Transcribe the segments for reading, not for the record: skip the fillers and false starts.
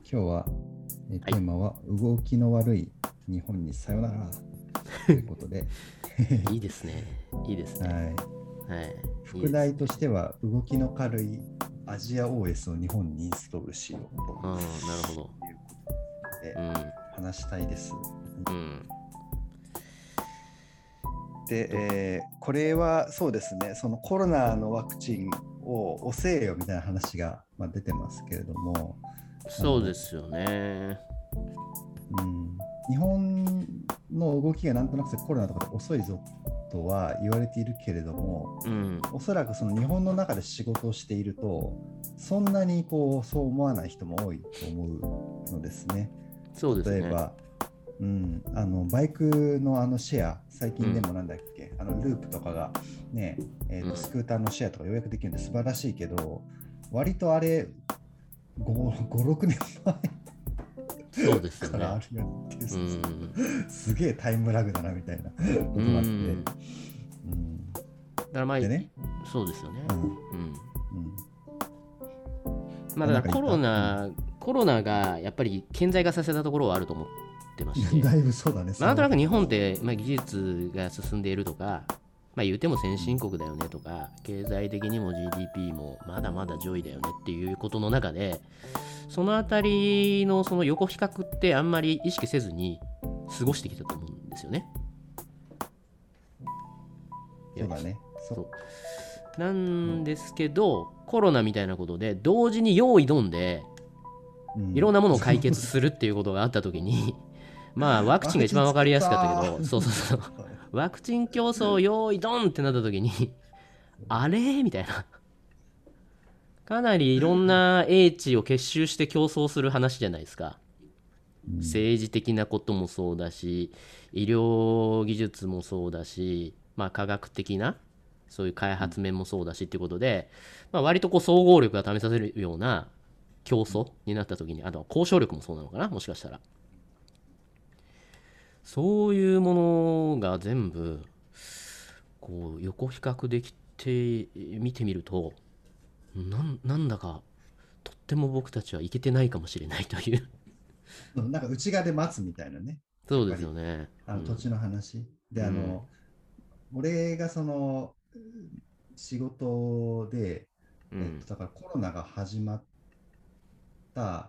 今日は、 はい。 テーマは動きの悪い日本にさよならということで、 いいですね。いいですね。 はい、 はい。いい副題とですね。 しては動きの軽いアジア OS を日本にインストールしようとああ、なるほど。 いうことでうん。 話したいです。 うん。 で、 ど、 これはそうですね、そのコロナのワクチンを押せよみたいな話が、出てますけれども、あのそうですよね。 うん、日本の動きがなんとなくコロナとかで遅いぞとは言われているけれども、 うん。 おそらくその日本の中で仕事をしていると、そんなにそう思わない人も多いと思うのですね。 そうですね。 例えば、バイクのシェア、最うん。 近でもなんだっけ、ループとかがね、 うん。 スクーターのシェアとかようやくできるんで素晴らしいけど、割とあれ、5、6年前そうですよからね。 あるよねっていう、 うん。 すげえタイムラグだなみたいなうことがあって、 ん。 うん、 だからまあ、 でね、 そうですよね。 うん、 うん。 うん、 まあだからなんか言った、 コロナがやっぱり顕在化させたところはあると思ってまして、 だいぶそうだね、 まあ、なんとなく日それは確かに。 本って、まあ、技術が進んでいるとか、まあ、言うても先うん、 進国だよねとか、経済的にも GDP もまだまだ上位だよねっていうことの中で、そのあたりのその横比較ってあんまり意識せずに過ごしてきたと思うんですよね。いや、 そうだね、 そうなうん、 んですけど、コロナみたいなことで同時に用意どんでうん、 いろんなものを解決そうするっていうことがあった時にまあワクチンが一ワクチン作っ番分かりやすかったけたど、そうそうそう、 そうね、 ワクチン競争用意ドンってなった時にあれみたいな、かなりいろんな英知を結集して競争する話じゃないですか。 うん、 政治的なこともそうだし、医療技術もそうだし、まあ科学的なそういう開うん、 発面もそうだしっていうことで、まあ、割とこう総合力が試させるような競争になった時に、あと交渉力もそうなのかな、もしかしたら。そういうものが全部こう横比較できて見てみると、なんだかとっても僕たちはいけてないかもしれないというなんか内側で待つみたいなね、 そうですよやっぱりね。 土地の話で、 うん。 俺がその仕事で、 うん。 だからコロナが始まった、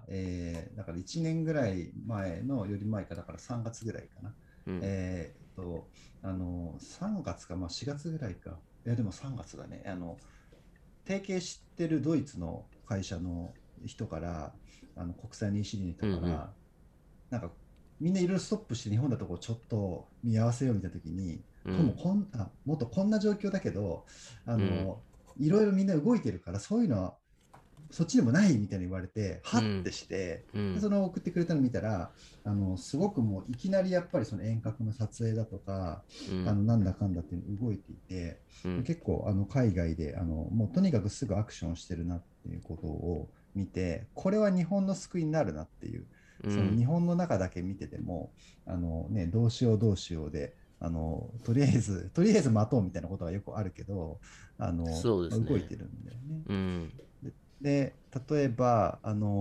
だから1年ぐらい前のより前か、だから3月ぐらいかな。 うん。 えーっと、3月か、4月ぐらいか。いや、でも3月だね。提携してるドイツの会社の人から、国際認証の人うん。うん。 から、なんかみんないろいろストップして日本だとこうちょっと見合わせようみたいな時に、 うん。 もっとこんな状況だけど、あうん。 のいろいろみんな動いてるから、そういうのはそっちでもないみたいに言われて、はっうん。 てして、でうん。 その送ってくれたの見たら、すごくもういきなりやっぱりその遠隔の撮影だとか、 うん。 なんだかんだっていうの動いていて、 うん。 結構海外でもうとにかくすぐアクションしてるなっていうことを見て、これは日本の救いになるなっていう、そのうん。 日本の中だけ見てても、どうしようどうしようで、とりあえず待とうみたいなことがよくあるけど、 そうですね。 動いてるんだよね。 うん。 で、例えば、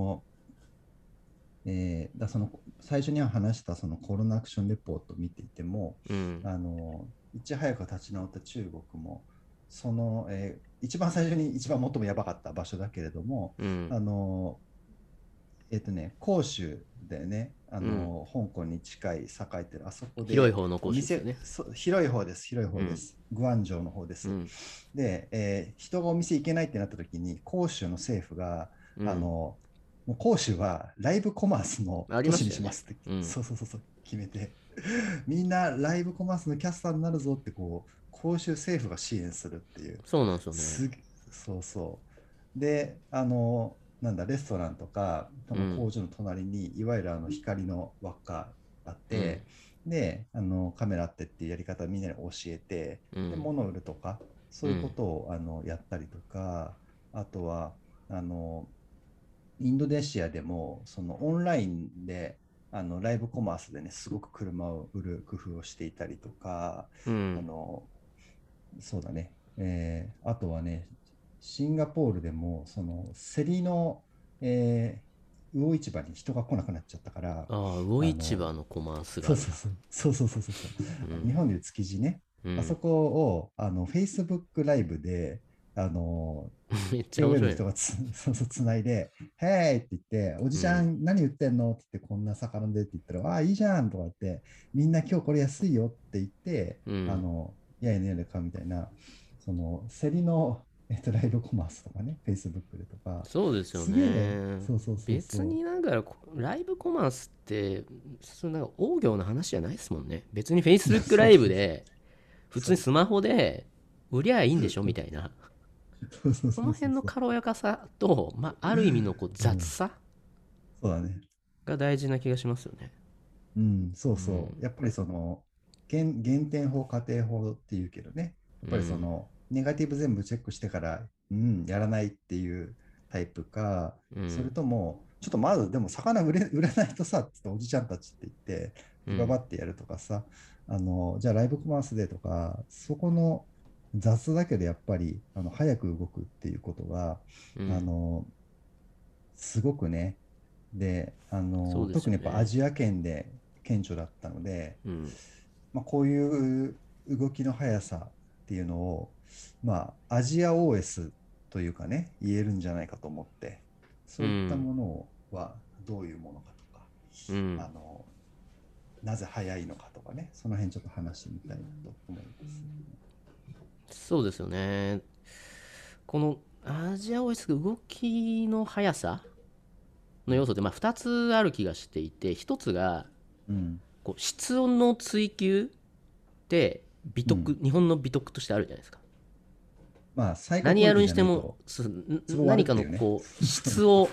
その最初に話したそのコロナアクションレポートを見ていても、 うん。 いち早く立ち直った中国も、一番最初に一番最もやばかった場所だけれども、 うん。 あの広州でね、 うん。 香港に近い栄えてるあそこで、 広い方のお店、 講師ですよね。 広い方です、広いうん。 方です、グアンジョウの方です。 うん。 で、人がお店行けないってなった時に、広州の政府が、 うん。 あのもう広州はライブコマースのあり都ましたよね。 市にしますって、 うん。 そうそうそうそう、決めて、みんなライブコマースのキャスターになるぞって、広州政府が支援するっていう、 そうなんですよね。 すそうそう。で、なんだ、レストランとか、そうん。 の工場の隣に、いわゆる光の輪っかあっうん。 て、で、カメラってっていうやり方をみんなに教えて、で、 うん。 物を売るとか、そういうこうん。 とをやったりとか、あとは、あの、インドネシアでも、そのオンラインで、ライブコマースでね、すごく車を売る工夫をしていたりとか、 うん。 あの、そうだね。あとはね、シンガポールでも、その競りの、え魚市場に人が来なくなっちゃったから、 ああ、魚市あの、 場のコマースがあるんだ。 そうそうそう、そうそうそうそうそう、日うん。 本でいう築地ね、 うん。 あそこをFacebook ライブで、あの、 めっちゃ面 KOL の白いな。 人がそうそうつないで、へーいって言って、おじちゃうん。 ん何言ってんのって言って、こんな魚でって言ったら、ああ、いいじゃんとかって、みんな今日これ安いよって言って、 うん。 やいねやで買うみたいな、競りの、ライブコマースとかね、Facebook でとか、 そうですよすげえ、 ね。 そうそうそう別そになんかライブコマースってなんか大行の話じゃないですもんね。別にう、 Facebook ラそうそうそう、 イブで普通そうにスマホで売りゃいいんでしょみたいな。 そうそうその辺のそうそうそう、 軽やかさと、まあ、ある意味のこううん、 雑さそうだね。 が大事な気がしますよね。 うん、そううん。 そう。やっぱり減点法、加点法っていうけどね、やっぱりうん。 ネガティブ全部チェックしてから、うん、やらないっていうタイプか、それうん。 とも、ちょっとまず、でも魚売れないとさ、つっておじちゃんたちって言って、 うん。 ババってやるとかさ、じゃあライブコマースでとか、そこの雑だけどやっぱり、早く動くっていうことが、 うん。 あの、すごくね、で、 そうです特にやっぱアよね。 ジア圏で顕著だったので、 うん。 まあ、こういう動きの速さっていうのを、まあ、アジア OS というかね、言えるんじゃないかと思って、そういったうん。 ものはどういうものかとか、 うん。 あの、なぜ速いのかとかね、その辺ちょっと話してみたいなと思います。 そうですよね。このアジア OS 動きの速さの要素ってまあ2つある気がしていて、1つがうん、 こう室温の追求って美うん。 徳、日本の美徳としてあるじゃないですか。 まあ、最高何やクオリティるにしてもじゃないと都合悪何かのいっていうね。 こう質を、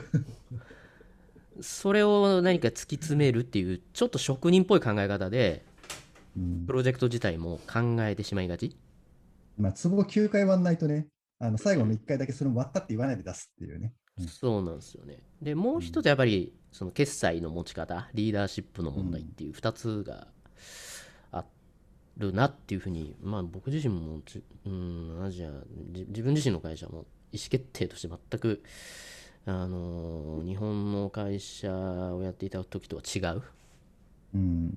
それを何か突き詰めるっていうちょっと職人っぽい考え方でうん。 プロジェクト自体も考えてしまいがち。 まあ、都合9回割んないとね、最後の1回だけそれ割ったって言わないで出すっていうね。うん。 そうなんですよね。でもううん。 一つやっぱりその決済の持ち方、リーダーシップのうん。 問題っていう2つがあるなっていうふうに、まあ僕自身もアジア、自分自身の会社も意思決定として全く日本の会社をやっていた時とは違う、 うん。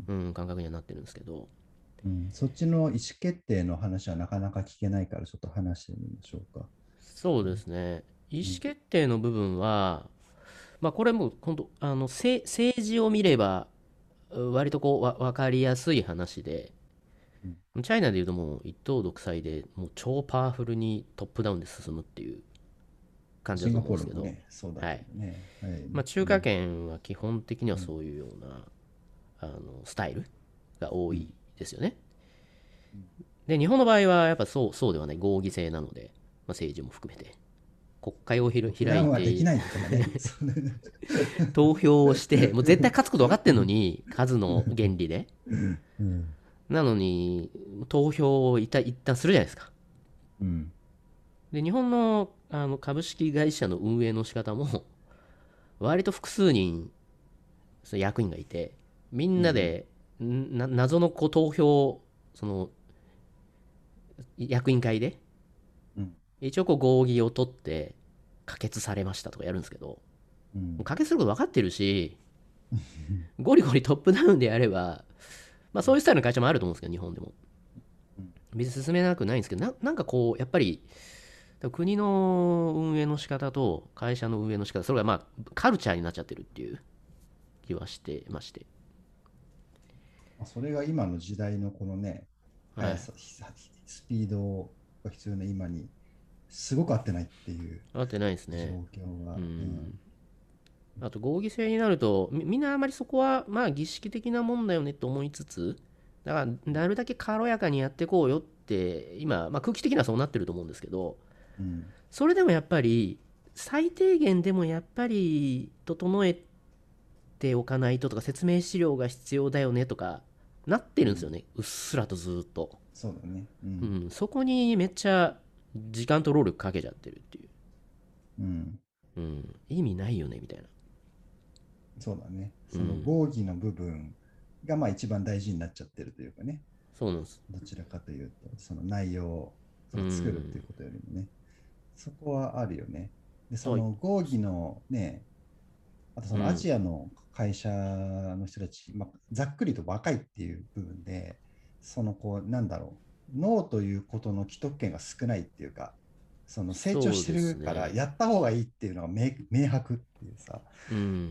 感覚にはなってるんですけど、 うん、そっちの意思決定の話はなかなか聞けないから、ちょっと話してみましょうか。 そうですね。意うん。 思決定の部分は、まあこれも本当政治を見れば割とこう分かりやすい話で、 うん。 チャイナでいうともう一党独裁でもう超パワフルにトップダウンで進むっていう感じだとシンガポー思うんですけど、 ルもね、そうだはい。 けどね。はい。 まあ中華うん。 圏は基本的にはうん。 そういうようなスタイルが多うん。 いですよね。 うん。 で、日本の場合はやっぱそうではない合議制なので、まあ、政治も含めて国会を独開い断はできてないとかね。そうね。 投票をして、もう絶対勝つこと分かってんのに、数の原理で。 うん。 なのに、投票を一旦するじゃないですか。 うん。 で、日本の株式会社の運営の仕方も、割と複数人、その役員がいて、みんうん。 なで、謎のこう投票、その役員会で、 うん。 一応こう合議を取って、可決されましたとかやるんですけど、もうん。 う可決すること分かってるし、ゴリゴリトップダウンでやれば、まあそういうスタイルの会社もあると思うんですけど、日本でも。 うん。 別に進めなくないんですけど、なんかこう、やっぱり、国の運営の仕方と会社の運営の仕方、それがまあ、カルチャーになっちゃってるっていう気はしてまして。 まあそれが今の時代のこのね、 はい。 速さ、スピードが必要な今にすごく合ってないっていう合ってないですね。 状況うが、うん。 ん。あと合議制になると、みんなあまりそこはまあ儀式的なもんだよねと思いつつ、だからなるだけ軽やかにやっていこうよって、今、まあ、空気的にはそうなってると思うんですけど、 うん。 それでもやっぱり、最低限でもやっぱり整えておかないととか、説明資料が必要だよねとか、なってうん。 るんですよね。うっすらとずっと。 そうだね。うん。 そこにめっちゃ時間と労力かけちゃってるっていう。 うん。 意味ないよねみたいな。 そうだね。そのうん、 合議の部分がまあ一番大事になっちゃってるというかね。 そうなんです。 どちらかというと、その内容とうか作るっていうん。 ことよりもね。そこはあるよね。で、そはい。 の合議のね、 あとそのアうん。 ジアの会社の人たち、まあ、ざっくりと若いっていう部分で、そのこう、なんだろう、ノーということの既得権が少ないっていうか、その成長してそうでするからね。 やった方がいいっていうのが明白っていうさ、 うん。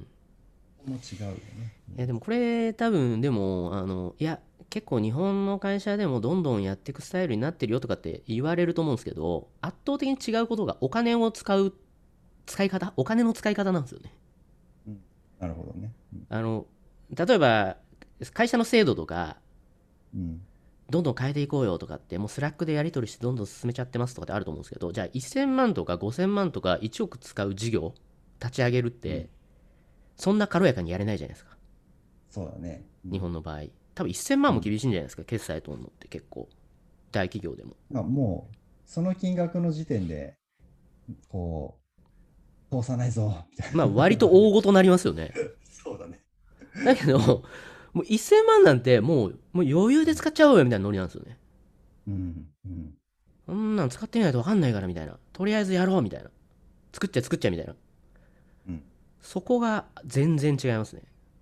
ここも違うよね。 いやでもこれ多分でもいや結構日本の会社でもどんどんやっていくスタイルになってるよとかって言われると思うんですけど、圧倒的に違うことがお金を使う使い方、お金の使い方なんですよね。 うん、なるほどね。うん。 あの例えば会社の制度とかうん。 どんどん変えていこうよとかってもうスラックでやり取りしてどんどん進めちゃってますとかってあると思うんですけど、じゃあ1000万とか5000万とか1億使う事業立ち上げるっうん。 てそんな軽やかにやれないじゃないですか。 そうだね。う日ん。 本の場合多分1000万もうん。 厳しいんじゃないですか、決済とのって結構大企業でも。 まあ、もう、その金額の時点で、こう、通さないぞ、みたいまあ割となのあるよ。 大ごとなりますよね。 そうだね。 だけど、 うん。 もう1000万なんてもう余裕で使っちゃおうよみたいなノリなんですよね。 うん。うん。 こんなん使ってみないと分かんないからみたいな。とりあえずやろうみたいな。作っちゃみたいな。 うん。 そこが全然違いますね。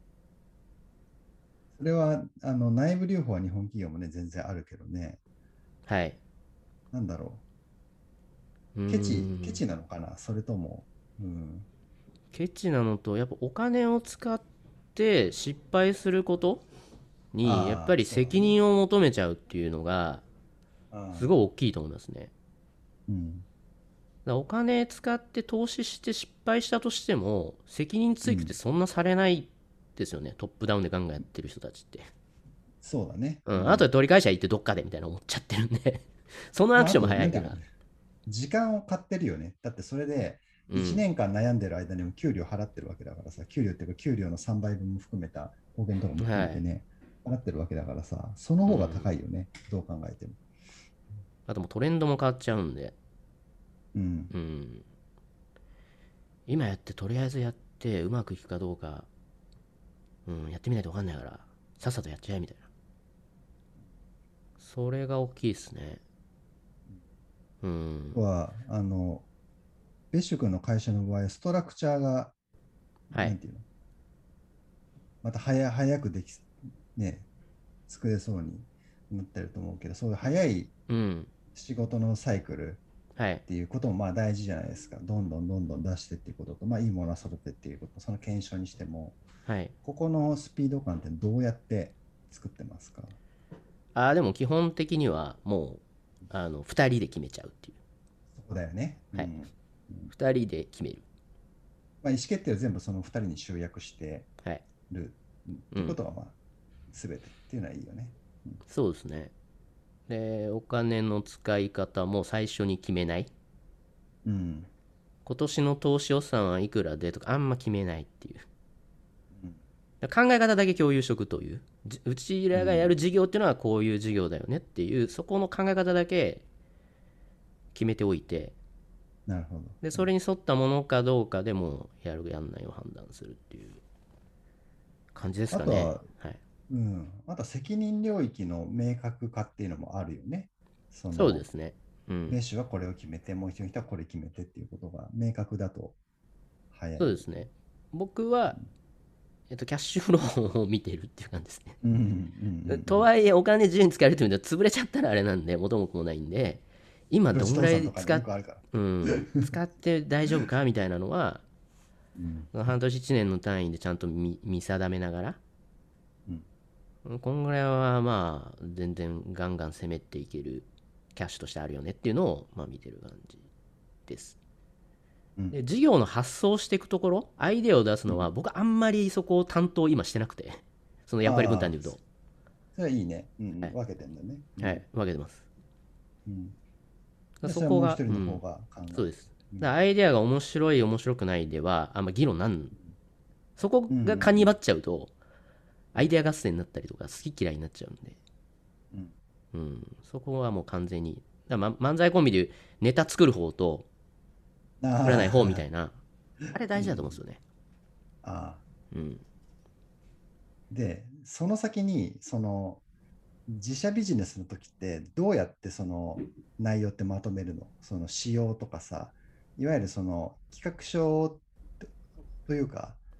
それは、内部留保は日本企業もね、全然あるけどね、 はい。 なんだろうーう、ケん。 チなのかな、それとも、うん、 ケチなのと、やっぱお金を使って失敗することに、やっぱああ、 りそうだね。 責任を求めちゃうっていうのが、すごいああ、 大きいと思いますね。 うん、 だお金使って投資して失敗したとしても責任追及ってうん、 そんなされないですよね、トップダウンでガンガンやってる人たちって。 そうだね。 うん、後でうん。 取り返しゃいってどっかでみたいな思っちゃってるんでそのアまあ、あクションもと、なんか、 早いから。 時間を買ってるよね。だって、それで、1 うん。 年間悩んでる間にも給料払ってるわけだからさ、給料っていうか、給料の3倍分も含めた、保険とかも含はい。 めてね、払ってるわけだからさ、その方がうん。 高いよね。どう考えても。 あともうトレンドも変わっちゃうんで。 うん、 うん。今やってとりあえずやってうまくいくかどうか、うん、やってみないと分かんないからさっさとやっちゃえみたいな。それが大きいですね。うん。 は、ベッシュ君の会社の場合、ストラクチャーが、 はい。 なんていうの、また早くね、作れそうになってると思うけど、そういう早いうん。 仕事のサイクルはい。 っていうこともまあ大事じゃないですか。どんどん出してっていうことと、まあいいものは育てっていうこと、その検証にしても、 はい。 ここのスピード感ってどうやって作ってますか？ でも基本的にはもう2人で決めちゃうっていう。 そこだよね。うはい。 ん。うん。 2人で決める。 まあ、意思決定を全部その2人に集約してはい。 る、っていうこうん。 とがまあ全てっていうのはいいよね。うん。 そうですね。でお金の使い方も最初に決めない。 うん。 今年の投資予算はいくらでとかあんま決めないっていう。 うん。 考え方だけ共有しとくという。うちらがやるうん。 事業っていうのはこういう事業だよねっていう、そこの考え方だけ決めておいて、 なるほど。 でそうん。 れに沿ったものかどうかでもやるやんないを判断するっていう感じですかね。 あとは、 はい。 うん。あとは責任領域の明確化っていうのもあるよね。その、 そうですね。うん。 メッシュはこれを決めて、もう一人の人はこれ決めてっていうことが明確だと早いよね。 そうですね。僕は、キャッシュフローを見てるっていう感じですね。 うん。うん。うんうん。 とはいえ、お金自由に使えるという意味では、潰れちゃったらあれなんで、元も子もないんで、今黒字どんぐら倒産とかね、 いよくあるから。 うん、使って大丈夫かみたいなのは、 うん。 半年1年の単位でちゃんと見定めながら、 うん。 こんぐらいはまあ、全然ガンガン攻めていけるキャッシュとしてあるよねっていうのを、まあ見てる感じです。 うん。 で、事業の発想していくところ、アイデアを出すのは、 うん。 僕あんまりそこを担当今してなくて、その役割分担ああ、 で言うと、 それはいいね。うんうん。 はい、 分けてんだね。うはい、 ん。 分けてます。 うん。で、それはそこが、 もう一人の方うん、 が考える。 そうです。 うん。 だからアイデアが面白い、面白くないでは、あんま議論なんそこうん。うん。 がかにばっちゃうと、アイデア合戦になったりとか、好き嫌いになっちゃうんで、 うん。 うん、そこはもう完全に、漫才コンビでネタ作る方と作らない方みたああ、 いな、あれ大事だと思うんうん。 ですよね。 ああ。 うん。 で、その先に、自社ビジネスの時って、どうやってその内容ってまとめるの？その仕様とかさ、いわゆるその企画書というか、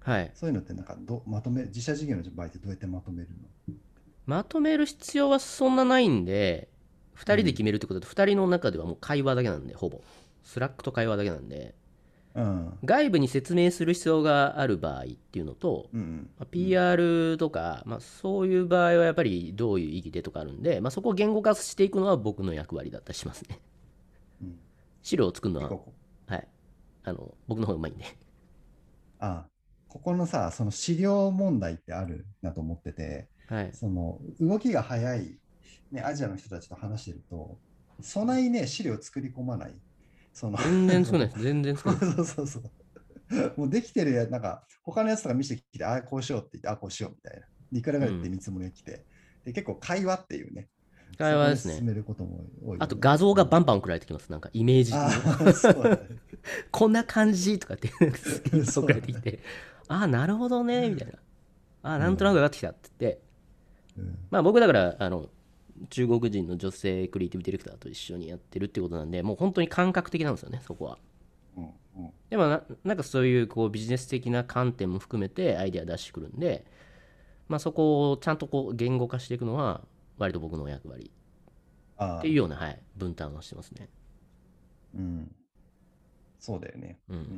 はい。 そういうのってなんかまとめ、自社事業の場合ってどうやってまとめるの？ まとめる必要はそんなないんで、2人で決うん。 めるってことで、2人の中ではもう会話だけなんで、ほぼ。スラックと会話だけなんで、 うん。 外部に説明する必要がある場合っていうのと、 うん。うん。 PR とか、そういう場合はやっぱりどういう意義でとかあるんで、そこを言語化していくのは僕の役割だったりしますね。 うん。 資料を作るのは、 結構はい、僕の方がうまいんで。 ここのさ、その資料問題ってあるなと思ってて、 はい。 その動きが早い、ね、アジアの人たちと話してると、そないね、資料作り込まない。その全然少ないそのです。全然少ないです。 そうそうそう。もうできてるや、なんか他のやつとか見せてきて、ああ、こうしようって言って、ああ、こうしようみたいな。いくらぐらいってうん。 見積もりが来て、で、結構会話っていうね、 会そこで話ですね。 進めることも多いあとよね。 画像がバンうん。 バン送られてきます。なんかイメージのああ、そうだね。 こんな感じとかっていっぱい送そうだね。 られてきて、ああ、なるほどね、みたいな。ああ、なんとなく分うん。 かってきたって言って、 うん。 僕だから、中国人の女性クリエイティブディレクターと一緒にやってるってことなんで、もう本当に感覚的なんですよね、そこは。 うん。うん。 でもなんかそういうこうビジネス的な観点も含めてアイデア出してくるんで、そこをちゃんとこう言語化していくのは割と僕の役割っていうああ、 ような、はい、分担をしてますね。 うん。そうだよね。 うん。 うん。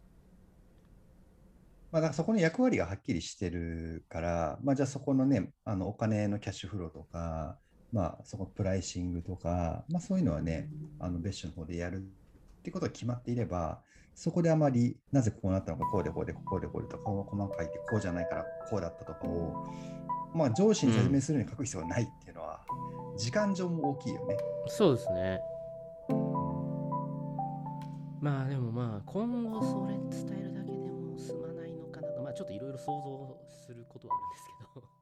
まあ、だからそこに役割がはっきりしてるから、まあ、じゃあそこのね、お金のキャッシュフローとか、まあ、そこプライシングとか、まあ、そういうのはね、別種の方でやるってことが決まっていれば、そこであまりなぜこうなったのか、こうでこうでこうでこうでとか、細かいてこうじゃないからこうだったとかを、まあ、上司に説うん。 明するように書く必要はないっていうのは、時間上も大きいよね。 そうですね。でも今後それ伝えるだけでも済まないのかなと、ちょっといろいろ想像することはあるんですけど